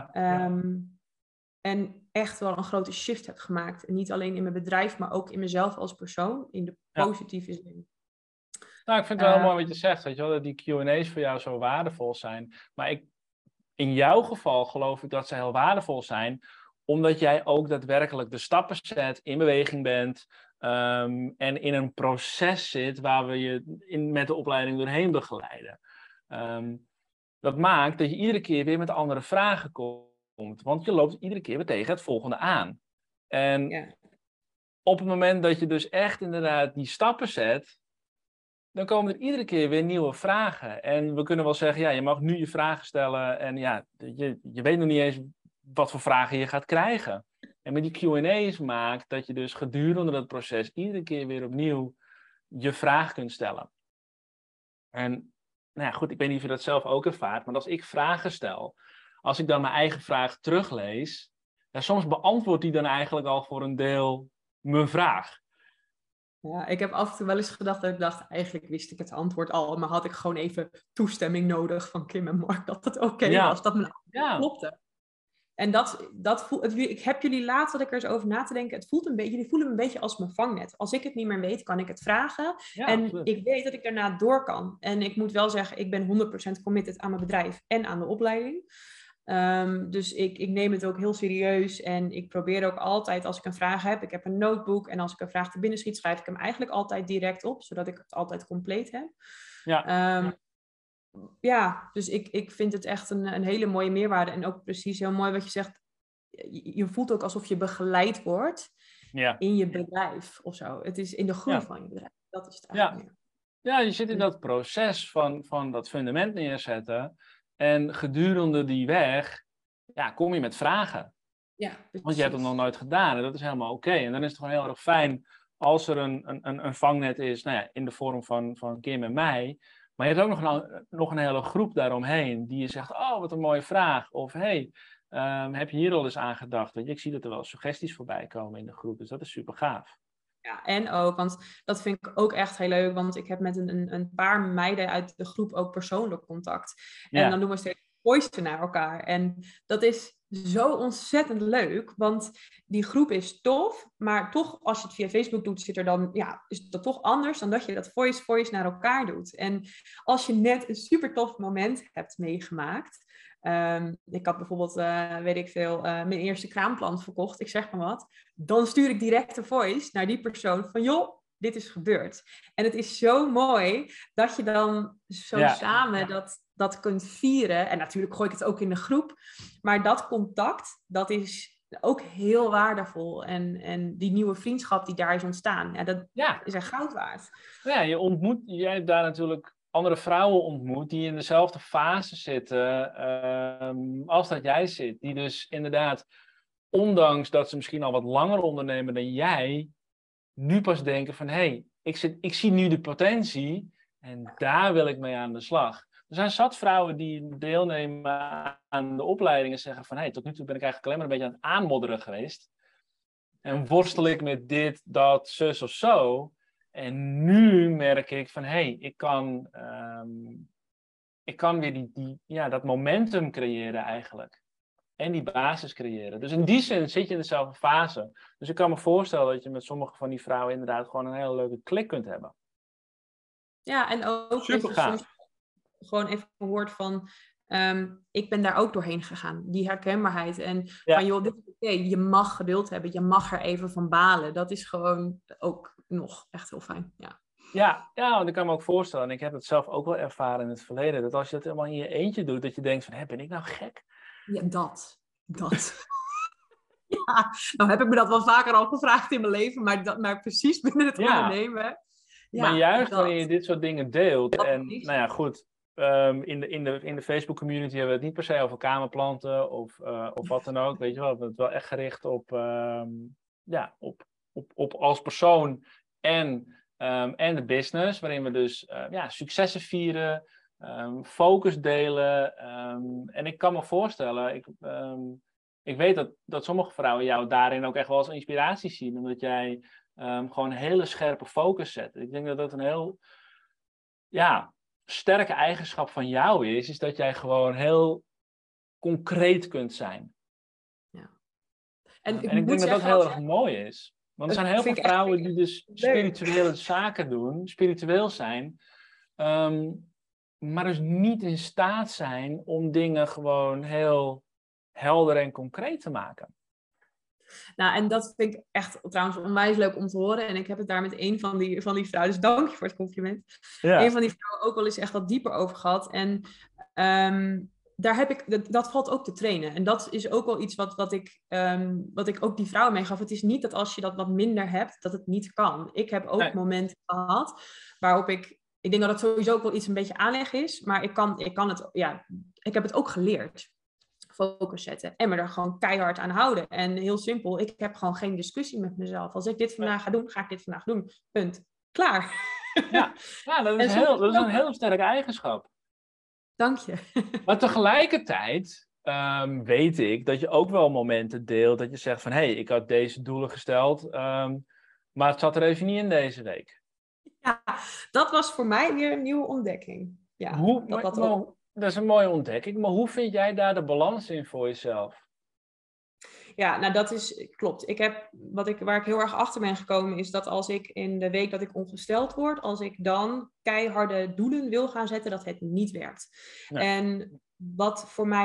S3: En echt wel een grote shift heb gemaakt. En niet alleen in mijn bedrijf, maar ook in mezelf als persoon, in de positieve zin.
S1: Nou, ik vind het wel mooi wat je zegt, weet je wel, dat die Q&A's voor jou zo waardevol zijn. Maar in jouw geval geloof ik dat ze heel waardevol zijn, omdat jij ook daadwerkelijk de stappen zet, in beweging bent en in een proces zit waar we je met de opleiding doorheen begeleiden. Dat maakt dat je iedere keer weer met andere vragen komt, want je loopt iedere keer weer tegen het volgende aan. En op het moment dat je dus echt inderdaad die stappen zet, dan komen er iedere keer weer nieuwe vragen. En we kunnen wel zeggen, je mag nu je vragen stellen. En je weet nog niet eens wat voor vragen je gaat krijgen. En met die Q&A's maakt dat je dus gedurende dat proces iedere keer weer opnieuw je vraag kunt stellen. En goed, ik weet niet of je dat zelf ook ervaart. Maar als ik vragen stel, als ik dan mijn eigen vraag teruglees, soms beantwoordt die dan eigenlijk al voor een deel mijn vraag.
S3: Ja, ik heb af en toe wel eens gedacht dat ik dacht, eigenlijk wist ik het antwoord al, maar had ik gewoon even toestemming nodig van Kim en Mark dat het oké was, dat mijn antwoord klopte. En dat voelt, ik heb jullie laatst, dat ik er eens over na te denken, het voelt een beetje, jullie voelen me een beetje als mijn vangnet. Als ik het niet meer weet, kan ik het vragen. En absoluut. Ik weet dat ik daarna door kan. En ik moet wel zeggen, ik ben 100% committed aan mijn bedrijf en aan de opleiding. Dus ik neem het ook heel serieus en ik probeer ook altijd als ik een vraag heb, ik heb een notebook en als ik een vraag te binnen schiet, schrijf ik hem eigenlijk altijd direct op, zodat ik het altijd compleet heb. Ja, dus ik vind het echt een hele mooie meerwaarde en ook precies heel mooi wat je zegt. Je voelt ook alsof je begeleid wordt in je bedrijf of zo. Het is in de groei van je bedrijf. Dat is het eigenlijk meer.
S1: Ja, je zit in dat proces van dat fundament neerzetten. En gedurende die weg kom je met vragen.
S3: Ja, precies.
S1: Want je hebt het nog nooit gedaan en dat is helemaal oké. En dan is het gewoon heel erg fijn als er een vangnet is, in de vorm van Kim en mij. Maar je hebt ook nog een hele groep daaromheen die je zegt, oh, wat een mooie vraag. Of hey, heb je hier al eens aan gedacht? Weet je, ik zie dat er wel suggesties voorbij komen in de groep, dus dat is super gaaf.
S3: Ja, en ook, want dat vind ik ook echt heel leuk, want ik heb met een paar meiden uit de groep ook persoonlijk contact. En dan doen we steeds voice naar elkaar. En dat is zo ontzettend leuk, want die groep is tof, maar toch als je het via Facebook doet, is dat toch anders dan dat je dat voice naar elkaar doet. En als je net een super tof moment hebt meegemaakt. Ik had bijvoorbeeld, mijn eerste kraamplant verkocht, ik zeg maar wat. Dan stuur ik direct een voice naar die persoon van, joh, dit is gebeurd. En het is zo mooi dat je dan zo samen dat kunt vieren. En natuurlijk gooi ik het ook in de groep. Maar dat contact, dat is ook heel waardevol. En die nieuwe vriendschap die daar is ontstaan, dat is echt goud waard.
S1: Ja, jij hebt daar natuurlijk andere vrouwen ontmoet die in dezelfde fase zitten als dat jij zit. Die dus inderdaad, ondanks dat ze misschien al wat langer ondernemen dan jij, nu pas denken van, hey, ik zie nu de potentie en daar wil ik mee aan de slag. Er zijn zat vrouwen die deelnemen aan de opleidingen en zeggen van, hey, tot nu toe ben ik eigenlijk alleen maar een beetje aan het aanmodderen geweest. En worstel ik met dit, dat, zus of zo. En nu merk ik van, hey, ik kan weer dat momentum creëren eigenlijk. En die basis creëren. Dus in die zin zit je in dezelfde fase. Dus ik kan me voorstellen dat je met sommige van die vrouwen inderdaad gewoon een hele leuke klik kunt hebben.
S3: Ja, en ook
S1: super gaaf.
S3: Soms gewoon even gehoord van, ik ben daar ook doorheen gegaan. Die herkenbaarheid. En van, joh, dit is oké. Je mag geduld hebben. Je mag er even van balen. Dat is gewoon ook nog echt heel fijn.
S1: Ja, want ik kan me ook voorstellen, en ik heb het zelf ook wel ervaren in het verleden, dat als je het helemaal in je eentje doet, dat je denkt van, ben ik nou gek?
S3: Ja, dat. Ja, nou heb ik me dat wel vaker al gevraagd in mijn leven, maar precies binnen het ondernemen. Ja,
S1: maar juist wanneer je dit soort dingen deelt, en goed, in de Facebook community hebben we het niet per se over kamerplanten of wat dan ook, weet je wel, we hebben het wel echt gericht op als persoon en de business, waarin we dus successen vieren, focus delen. En ik kan me voorstellen, ik weet dat sommige vrouwen jou daarin ook echt wel als inspiratie zien, omdat jij gewoon een hele scherpe focus zet. Ik denk dat dat een heel sterke eigenschap van jou is dat jij gewoon heel concreet kunt zijn.
S3: Ja.
S1: En ik denk dat dat heel erg mooi is. Want er zijn heel veel vrouwen die dus spirituele zaken doen, spiritueel zijn, maar dus niet in staat zijn om dingen gewoon heel helder en concreet te maken.
S3: Nou, en dat vind ik echt trouwens onwijs leuk om te horen. En ik heb het daar met een van die vrouwen, dus dank je voor het compliment. Ja. Een van die vrouwen ook wel eens echt wat dieper over gehad. En daar heb ik, dat valt ook te trainen. En dat is ook wel iets wat ik ook die vrouwen meegaf. Het is niet dat als je dat wat minder hebt, dat het niet kan. Ik heb ook momenten gehad waarop ik denk dat het sowieso ook wel iets een beetje aanleg is. Maar ik kan het, ik heb het ook geleerd. Focus zetten en me er gewoon keihard aan houden. En heel simpel, ik heb gewoon geen discussie met mezelf. Als ik dit vandaag ga doen, ga ik dit vandaag doen. Punt. Klaar.
S1: Ja, dat is een heel sterke eigenschap.
S3: Dank je.
S1: Maar tegelijkertijd weet ik dat je ook wel momenten deelt dat je zegt van, hey, ik had deze doelen gesteld, maar het zat er even niet in deze week.
S3: Ja, dat was voor mij weer een nieuwe ontdekking. Ja,
S1: dat is een mooie ontdekking, maar hoe vind jij daar de balans in voor jezelf?
S3: Ja, nou dat is, klopt. Waar ik heel erg achter ben gekomen is dat als ik in de week dat ik ongesteld word, als ik dan keiharde doelen wil gaan zetten, dat het niet werkt. Nee. En wat voor mij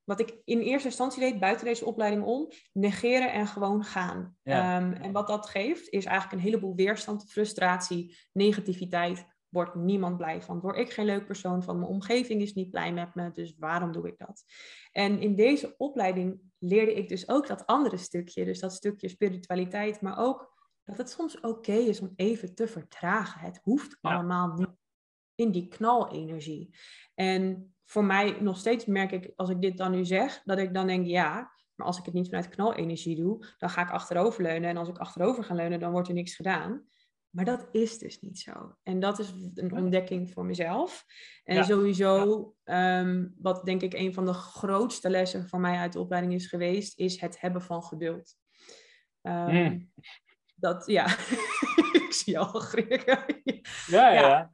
S3: wat ik in eerste instantie deed, buiten deze opleiding om, negeren en gewoon gaan.
S1: Ja.
S3: En wat dat geeft, is eigenlijk een heleboel weerstand, frustratie, negativiteit. Wordt niemand blij van. Word ik geen leuk persoon van. Mijn omgeving is niet blij met me, dus waarom doe ik dat? En in deze opleiding leerde ik dus ook dat andere stukje. Dus dat stukje spiritualiteit, maar ook dat het soms oké is om even te vertragen. Het hoeft allemaal niet in die knalenergie. En voor mij nog steeds merk ik, als ik dit dan nu zeg, dat ik dan denk, ja, maar als ik het niet vanuit knalenergie doe, dan ga ik achteroverleunen. En als ik achterover ga leunen, dan wordt er niks gedaan. Maar dat is dus niet zo. En dat is een ontdekking voor mezelf. En sowieso, wat denk ik een van de grootste lessen voor mij uit de opleiding is geweest, is het hebben van geduld. Dat, ja, ik zie je al grinniken.
S1: Ja.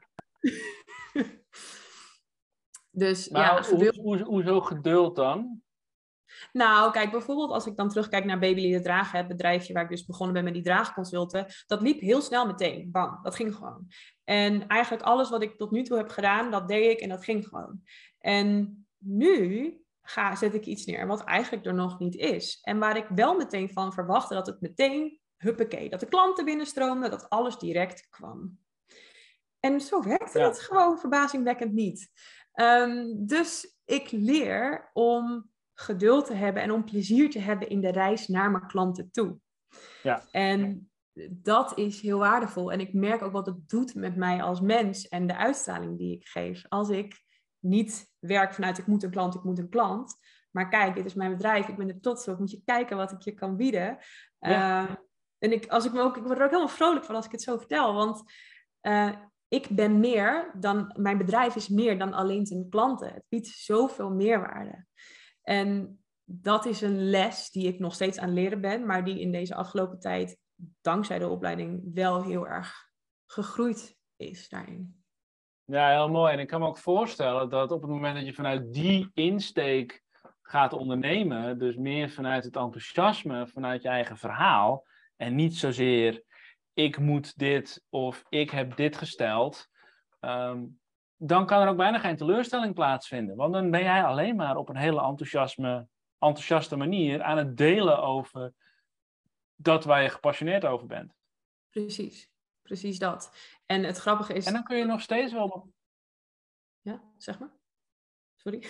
S3: Dus
S1: maar
S3: geduld.
S1: Hoezo geduld dan?
S3: Nou, kijk, bijvoorbeeld als ik dan terugkijk naar Baby Leren Dragen, het bedrijfje waar ik dus begonnen ben met die draagconsulten, dat liep heel snel meteen. Bam, dat ging gewoon. En eigenlijk alles wat ik tot nu toe heb gedaan, dat deed ik en dat ging gewoon. En nu zet ik iets neer wat eigenlijk er nog niet is. En waar ik wel meteen van verwachtte dat het meteen, huppakee, dat de klanten binnenstroomden, dat alles direct kwam. En zo werkte het gewoon verbazingwekkend niet. Dus ik leer om geduld te hebben en om plezier te hebben in de reis naar mijn klanten toe.
S1: Ja.
S3: En dat is heel waardevol. En ik merk ook wat het doet met mij als mens en de uitstraling die ik geef. Als ik niet werk vanuit ik moet een klant. Maar kijk, dit is mijn bedrijf, ik ben er trots op. Moet je kijken wat ik je kan bieden. Ja. En ik word er ook helemaal vrolijk van als ik het zo vertel. Want ik ben meer dan, mijn bedrijf is meer dan alleen zijn klanten. Het biedt zoveel meerwaarde. En dat is een les die ik nog steeds aan leren ben, maar die in deze afgelopen tijd, dankzij de opleiding, wel heel erg gegroeid is daarin.
S1: Ja, heel mooi. En ik kan me ook voorstellen dat op het moment dat je vanuit die insteek gaat ondernemen, dus meer vanuit het enthousiasme, vanuit je eigen verhaal, en niet zozeer ik moet dit of ik heb dit gesteld, dan kan er ook bijna geen teleurstelling plaatsvinden. Want dan ben jij alleen maar op een hele enthousiaste manier aan het delen over dat waar je gepassioneerd over bent.
S3: Precies dat. En het grappige is...
S1: En dan kun je nog steeds wel...
S3: Ja, zeg maar. Sorry.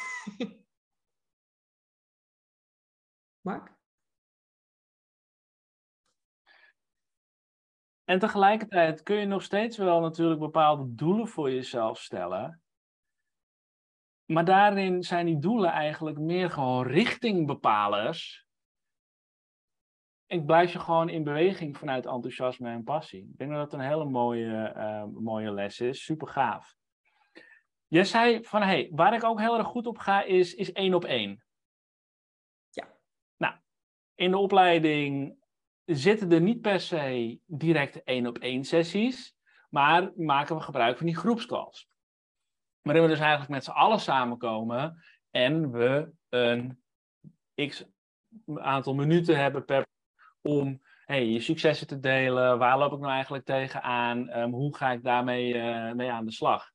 S3: Mark?
S1: En tegelijkertijd kun je nog steeds wel natuurlijk bepaalde doelen voor jezelf stellen. Maar daarin zijn die doelen eigenlijk meer gewoon richtingbepalers. Ik blijf je gewoon in beweging vanuit enthousiasme en passie. Ik denk dat dat een hele mooie les is. Super gaaf. Je zei van, hey, waar ik ook heel erg goed op ga is 1-op-1.
S3: Ja.
S1: Nou, in de opleiding zitten er niet per se direct 1-op-1 sessies, maar maken we gebruik van die groepscalls. Waarin we dus eigenlijk met z'n allen samenkomen en we een x aantal minuten hebben om je successen te delen. Waar loop ik nou eigenlijk tegenaan? Hoe ga ik daarmee mee aan de slag?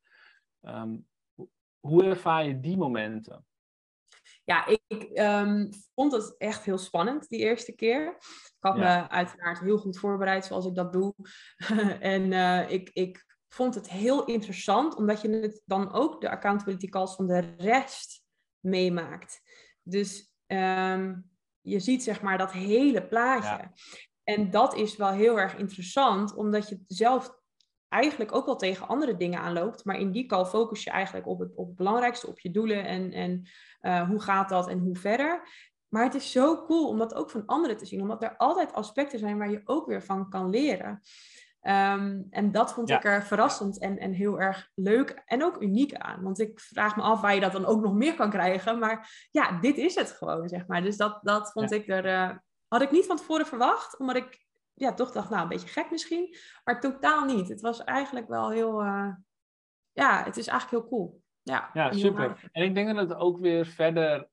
S1: Hoe ervaar je die momenten?
S3: Ja, ik vond het echt heel spannend die eerste keer. Ik had me uiteraard heel goed voorbereid zoals ik dat doe. En ik vond het heel interessant, omdat je het dan ook de accountability calls van de rest meemaakt. Dus je ziet zeg maar dat hele plaatje. Ja. En dat is wel heel erg interessant, omdat je zelf eigenlijk ook wel tegen andere dingen aanloopt. Maar in die call focus je eigenlijk op het belangrijkste, op je doelen en hoe gaat dat en hoe verder. Maar het is zo cool om dat ook van anderen te zien, omdat er altijd aspecten zijn waar je ook weer van kan leren. En dat vond ik er verrassend en heel erg leuk en ook uniek aan. Want ik vraag me af waar je dat dan ook nog meer kan krijgen. Maar ja, dit is het gewoon, zeg maar. Dus dat vond ik had ik niet van tevoren verwacht, omdat ik toch dacht, nou, een beetje gek misschien. Maar totaal niet. Het was eigenlijk wel heel... het is eigenlijk heel cool.
S1: Ja, super. En ik denk dat het ook weer verder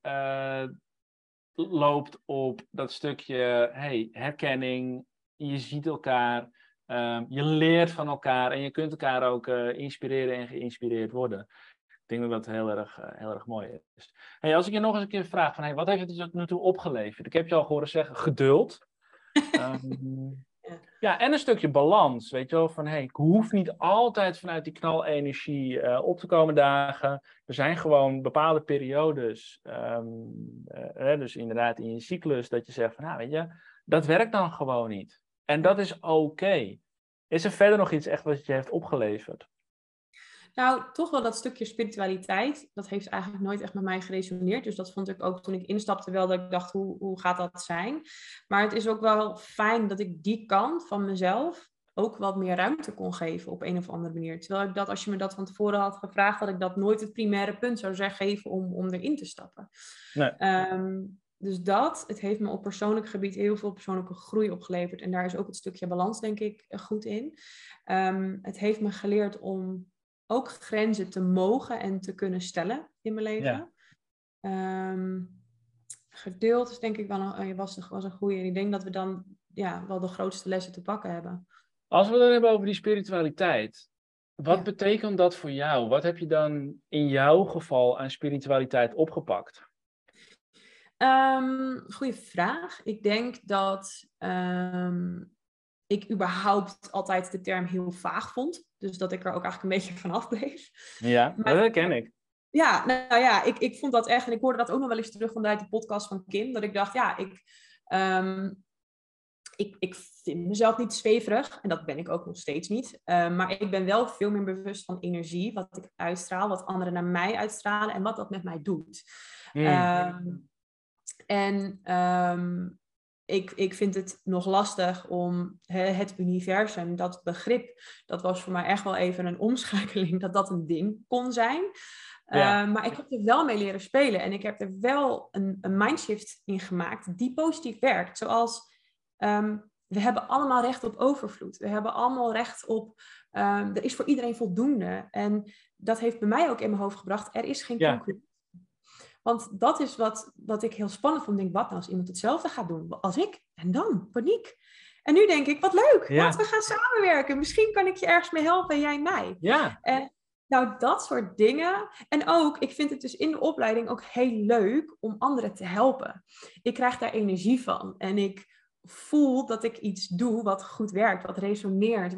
S1: loopt op dat stukje herkenning. Je ziet elkaar, je leert van elkaar en je kunt elkaar ook inspireren en geïnspireerd worden. denk dat dat heel erg mooi is. Hey, als ik je nog eens een keer vraag van, hey, wat heeft het tot nu toe opgeleverd? Ik heb je al horen zeggen, geduld. Ja, en een stukje balans, weet je wel, van hey, ik hoef niet altijd vanuit die knalenergie op te komen dagen. Er zijn gewoon bepaalde periodes, dus inderdaad in je cyclus, dat je zegt van, nou weet je, dat werkt dan gewoon niet. En dat is oké. Is er verder nog iets echt wat je heeft opgeleverd?
S3: Nou, toch wel dat stukje spiritualiteit. Dat heeft eigenlijk nooit echt met mij geresoneerd. Dus dat vond ik ook toen ik instapte wel dat ik dacht, hoe gaat dat zijn? Maar het is ook wel fijn dat ik die kant van mezelf ook wat meer ruimte kon geven op een of andere manier. Terwijl ik dat, als je me dat van tevoren had gevraagd, had ik dat nooit het primaire punt zou geven om erin te stappen.
S1: Nee.
S3: Dus het heeft me op persoonlijk gebied heel veel persoonlijke groei opgeleverd. En daar is ook het stukje balans, denk ik, goed in. Het heeft me geleerd om ook grenzen te mogen en te kunnen stellen in mijn leven. Ja. Geduld is denk ik wel was een goede. En ik denk dat we dan wel de grootste lessen te pakken hebben.
S1: Als we het dan hebben over die spiritualiteit. Wat betekent dat voor jou? Wat heb je dan in jouw geval aan spiritualiteit opgepakt?
S3: Goeie vraag. Ik denk dat ik überhaupt altijd de term heel vaag vond. Dus dat ik er ook eigenlijk een beetje van afbleef. Ja,
S1: maar, dat ken ik.
S3: Ja, nou ja, ik vond dat echt. En ik hoorde dat ook nog wel eens terug vanuit de podcast van Kim. Dat ik dacht, ik vind mezelf niet zweverig. En dat ben ik ook nog steeds niet. Maar ik ben wel veel meer bewust van energie. Wat ik uitstraal, wat anderen naar mij uitstralen. En wat dat met mij doet. Ik vind het nog lastig om het universum, dat begrip, dat was voor mij echt wel even een omschakeling, dat een ding kon zijn. Ja. Maar ik heb er wel mee leren spelen en ik heb er wel een mindshift in gemaakt die positief werkt. Zoals, we hebben allemaal recht op overvloed. We hebben allemaal recht op, er is voor iedereen voldoende. En dat heeft bij mij ook in mijn hoofd gebracht, er is geen concurrentie. Want dat is wat ik heel spannend vond. Ik denk, wat nou als iemand hetzelfde gaat doen als ik? En dan, paniek. En nu denk ik, wat leuk. Ja. Laten we gaan samenwerken. Misschien kan ik je ergens mee helpen en jij mij.
S1: Ja.
S3: En nou, dat soort dingen. En ook, ik vind het dus in de opleiding ook heel leuk om anderen te helpen. Ik krijg daar energie van. En ik voel dat ik iets doe wat goed werkt. Wat resoneert.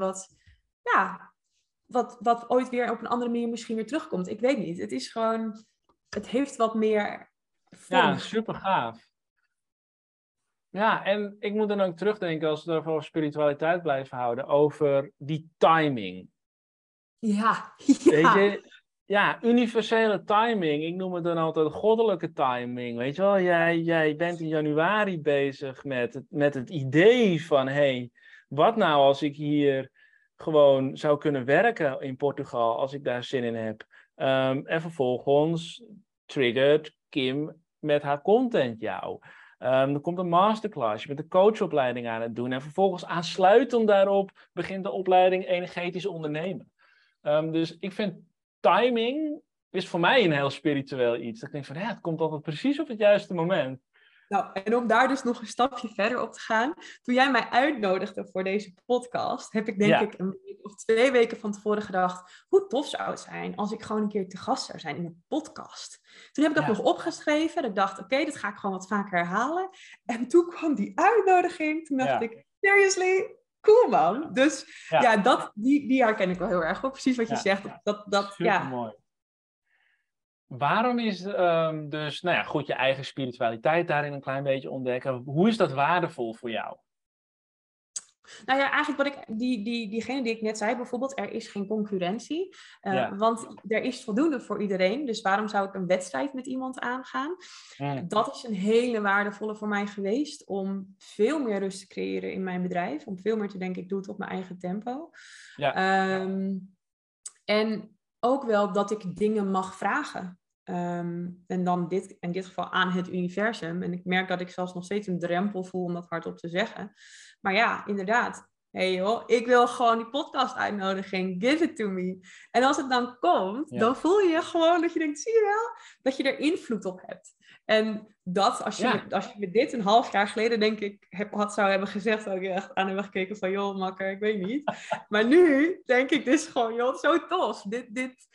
S3: Wat ooit weer op een andere manier misschien weer terugkomt. Ik weet niet. Het is gewoon... Het heeft wat meer vorm.
S1: Ja, super gaaf. Ja, en ik moet dan ook terugdenken, als we het over spiritualiteit blijven houden, over die timing.
S3: Ja.
S1: Weet je, ja, universele timing. Ik noem het dan altijd goddelijke timing. Weet je wel, jij bent in januari bezig met het idee van, hey, wat nou als ik hier gewoon zou kunnen werken in Portugal, als ik daar zin in heb. En vervolgens triggert Kim met haar content jou. Er komt een masterclass, je bent een coachopleiding aan het doen. En vervolgens aansluitend daarop begint de opleiding energetisch ondernemen. Dus ik vind timing is voor mij een heel spiritueel iets. Dat ik denk van, ja, het komt altijd precies op het juiste moment.
S3: Nou, en om daar dus nog een stapje verder op te gaan. Toen jij mij uitnodigde voor deze podcast, heb ik denk ik een week of 2 weken van tevoren gedacht, hoe tof zou het zijn als ik gewoon een keer te gast zou zijn in een podcast. Toen heb ik dat nog opgeschreven. Ik dacht, oké, dat ga ik gewoon wat vaker herhalen. En toen kwam die uitnodiging. Toen dacht ik, seriously? Cool, man. Dus die herken ik wel heel erg. Ook precies wat je zegt.
S1: Supermooi. Waarom is dus, nou ja, goed, je eigen spiritualiteit daarin een klein beetje ontdekken. Hoe is dat waardevol voor jou?
S3: Nou ja, eigenlijk diegene die ik net zei, bijvoorbeeld, er is geen concurrentie. Want er is voldoende voor iedereen. Dus waarom zou ik een wedstrijd met iemand aangaan? Dat is een hele waardevolle voor mij geweest om veel meer rust te creëren in mijn bedrijf. Om veel meer te denken, ik doe het op mijn eigen tempo. Ja. En ook wel dat ik dingen mag vragen. En dan in dit geval aan het universum. En ik merk dat ik zelfs nog steeds een drempel voel om dat hardop te zeggen. Maar ja, inderdaad. Hey joh, ik wil gewoon die podcast uitnodiging. Give it to me. En als het dan komt, dan voel je gewoon dat je denkt, zie je wel? Dat je er invloed op hebt. En dat, als je me dit een half jaar geleden, denk ik, zou hebben gezegd, zou ik echt aan hebben gekeken van, joh, makker, ik weet niet. Maar nu denk ik dus gewoon, joh, zo tof.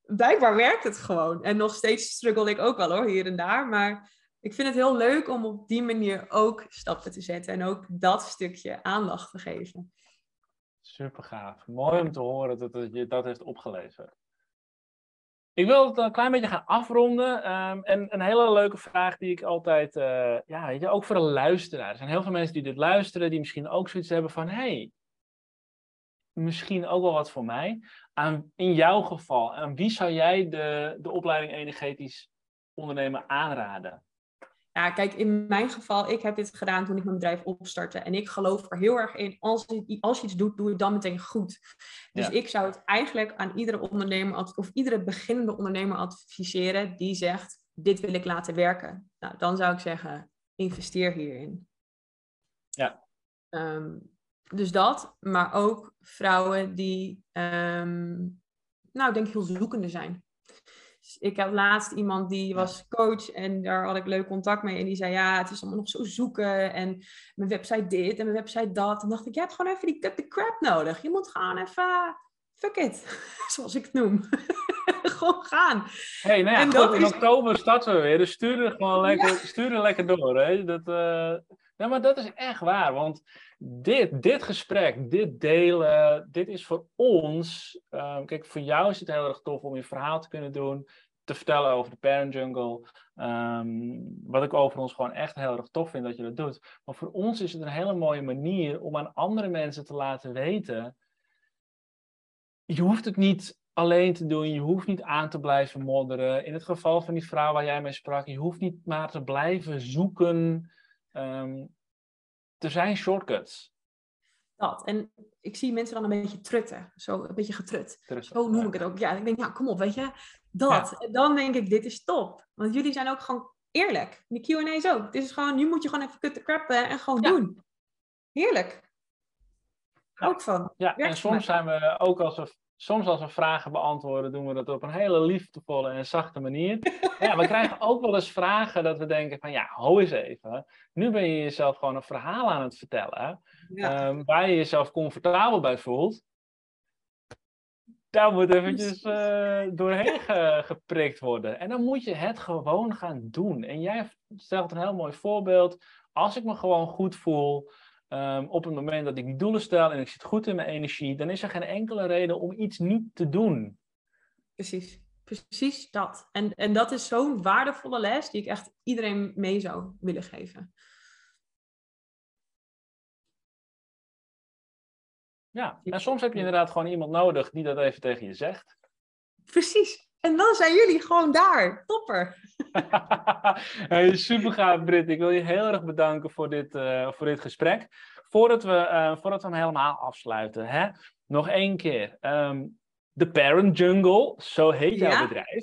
S3: blijkbaar werkt het gewoon. En nog steeds struggle ik ook wel hoor, hier en daar. Maar ik vind het heel leuk om op die manier ook stappen te zetten. En ook dat stukje aandacht te geven.
S1: Super gaaf. Mooi om te horen dat je dat heeft opgeleverd. Ik wil het een klein beetje gaan afronden. En een hele leuke vraag die ik altijd... weet je, ook voor de luisteraar. Er zijn heel veel mensen die dit luisteren, die misschien ook zoiets hebben van... Hey, misschien ook wel wat voor mij. In jouw geval, aan wie zou jij de opleiding energetisch ondernemen aanraden?
S3: Ja, kijk, in mijn geval, ik heb dit gedaan toen ik mijn bedrijf opstartte. En ik geloof er heel erg in, als je iets doet, doe het dan meteen goed. Dus ik zou het eigenlijk aan iedere ondernemer, of iedere beginnende ondernemer adviseren die zegt, dit wil ik laten werken. Nou, dan zou ik zeggen, investeer hierin.
S1: Ja.
S3: Dus dat, maar ook vrouwen die, denk ik heel zoekende zijn. Ik had laatst iemand die was coach en daar had ik leuk contact mee. En die zei, ja, het is allemaal nog zo zoeken. En mijn website dit en mijn website dat. En dacht ik, je hebt gewoon even die cut the crap nodig. Je moet gewoon even, fuck it, zoals ik het noem. Gewoon gaan.
S1: Hey, nou ja, en goed, in oktober starten we weer. Dus stuur er lekker door. Hè? Maar dat is echt waar. Want dit gesprek, dit delen, dit is voor ons... kijk, voor jou is het heel erg tof om je verhaal te kunnen doen. Te vertellen over de Parent Jungle. Wat ik overigens gewoon echt heel erg tof vind dat je dat doet. Maar voor ons is het een hele mooie manier om aan andere mensen te laten weten... Je hoeft het niet alleen te doen. Je hoeft niet aan te blijven modderen. In het geval van die vrouw waar jij mee sprak. Je hoeft niet maar te blijven zoeken. Er zijn shortcuts.
S3: Dat. En ik zie mensen dan een beetje trutten. Zo een beetje getrut.
S1: Trutten,
S3: zo noem ik het ook. Ja, ik denk, ja, kom op, weet je. Dat. Ja. En dan denk ik, dit is top. Want jullie zijn ook gewoon eerlijk. De Q&A's ook. Het is gewoon, nu moet je gewoon even cut the crap en gewoon doen. Heerlijk. Ook van.
S1: Ja, en soms zijn we ook als we vragen beantwoorden, doen we dat op een hele liefdevolle en zachte manier. Ja, we krijgen ook wel eens vragen dat we denken van ja, hou eens even. Nu ben je jezelf gewoon een verhaal aan het vertellen. Ja. Waar je jezelf comfortabel bij voelt. Daar moet eventjes doorheen geprikt worden. En dan moet je het gewoon gaan doen. En jij stelt een heel mooi voorbeeld. Als ik me gewoon goed voel... op het moment dat ik die doelen stel en ik zit goed in mijn energie, dan is er geen enkele reden om iets niet te doen.
S3: Precies dat. En dat is zo'n waardevolle les die ik echt iedereen mee zou willen geven.
S1: Ja, en soms heb je inderdaad gewoon iemand nodig die dat even tegen je zegt.
S3: Precies. En dan zijn jullie gewoon daar. Topper.
S1: Hey, super gaaf, Britt. Ik wil je heel erg bedanken voor dit gesprek. Voordat we hem helemaal afsluiten, hè? Nog één keer. De Parent Jungle, zo heet jouw bedrijf.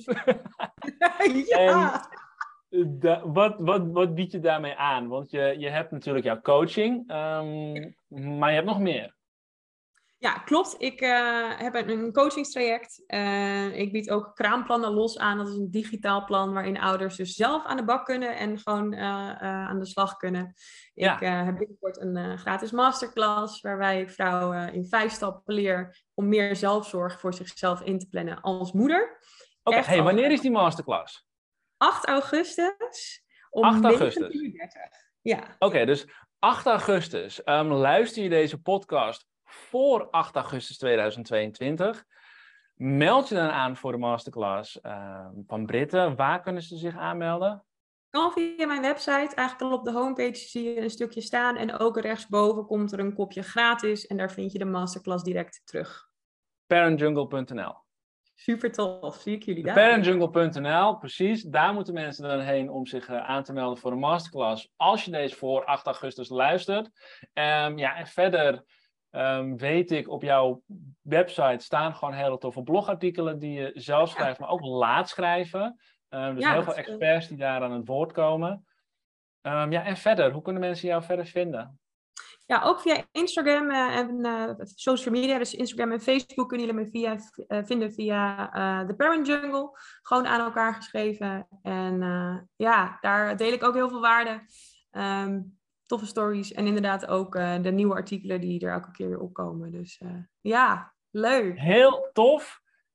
S3: Ja.
S1: En wat bied je daarmee aan? Want je hebt natuurlijk jouw coaching, maar je hebt nog meer.
S3: Ja, klopt. Ik heb een coachingstraject. Ik bied ook kraamplannen los aan. Dat is een digitaal plan waarin ouders dus zelf aan de bak kunnen en gewoon aan de slag kunnen. Ja. Ik heb binnenkort een gratis masterclass waarbij ik vrouwen in 5 stappen leer om meer zelfzorg voor zichzelf in te plannen als moeder.
S1: Oké, hey, wanneer is die masterclass?
S3: 8 augustus om
S1: 8 augustus.
S3: 19:30. Ja.
S1: Oké, dus 8 augustus. Luister je deze podcast voor 8 augustus 2022. Meld je dan aan voor de masterclass van Britte. Waar kunnen ze zich aanmelden?
S3: Kan via mijn website. Eigenlijk al op de homepage zie je een stukje staan. En ook rechtsboven komt er een kopje gratis. En daar vind je de masterclass direct terug.
S1: Parentjungle.nl.
S3: Super tof. Zie ik jullie daar.
S1: Parentjungle.nl, precies. Daar moeten mensen dan heen om zich aan te melden voor een masterclass. Als je deze voor 8 augustus luistert. En verder... weet ik, op jouw website staan gewoon hele toffe blogartikelen die je zelf schrijft, maar ook laat schrijven. Dus heel veel experts die daar aan het woord komen. En verder, hoe kunnen mensen jou verder vinden?
S3: Ja, ook via Instagram en social media. Dus Instagram en Facebook kunnen jullie me vinden via The Parent Jungle. Gewoon aan elkaar geschreven. En daar deel ik ook heel veel waarde. Toffe stories en inderdaad ook de nieuwe artikelen die er elke keer weer opkomen. Dus leuk.
S1: Heel tof.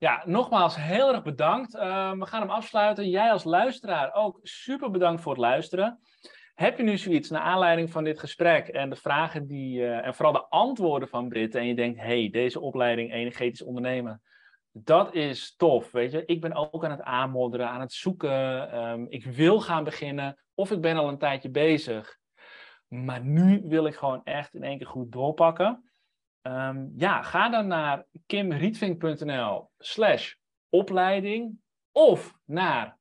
S1: Ja, nogmaals heel erg bedankt. We gaan hem afsluiten. Jij als luisteraar ook super bedankt voor het luisteren. Heb je nu zoiets naar aanleiding van dit gesprek en de vragen en vooral de antwoorden van Britt en je denkt, hey, deze opleiding energetisch ondernemen, dat is tof, weet je. Ik ben ook aan het aanmodderen, aan het zoeken. Ik wil gaan beginnen of ik ben al een tijdje bezig. Maar nu wil ik gewoon echt in één keer goed doorpakken. Ga dan naar kimrietvink.nl/opleiding of naar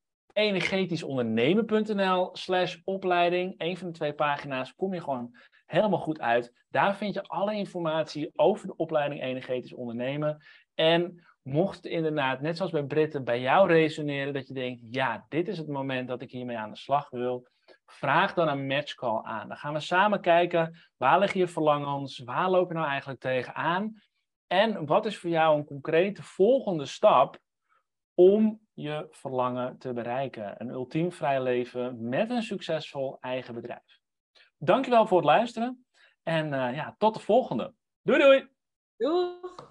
S1: energetischondernemen.nl/opleiding. Eén van de 2 pagina's kom je gewoon helemaal goed uit. Daar vind je alle informatie over de opleiding energetisch ondernemen. En mocht het inderdaad, net zoals bij Britten, bij jou resoneren dat je denkt, ja, dit is het moment dat ik hiermee aan de slag wil, vraag dan een matchcall aan. Dan gaan we samen kijken, waar liggen je verlangens, waar loop je nou eigenlijk tegenaan en wat is voor jou een concrete volgende stap om je verlangen te bereiken. Een ultiem vrij leven met een succesvol eigen bedrijf. Dankjewel voor het luisteren en tot de volgende. Doei doei!
S3: Doeg!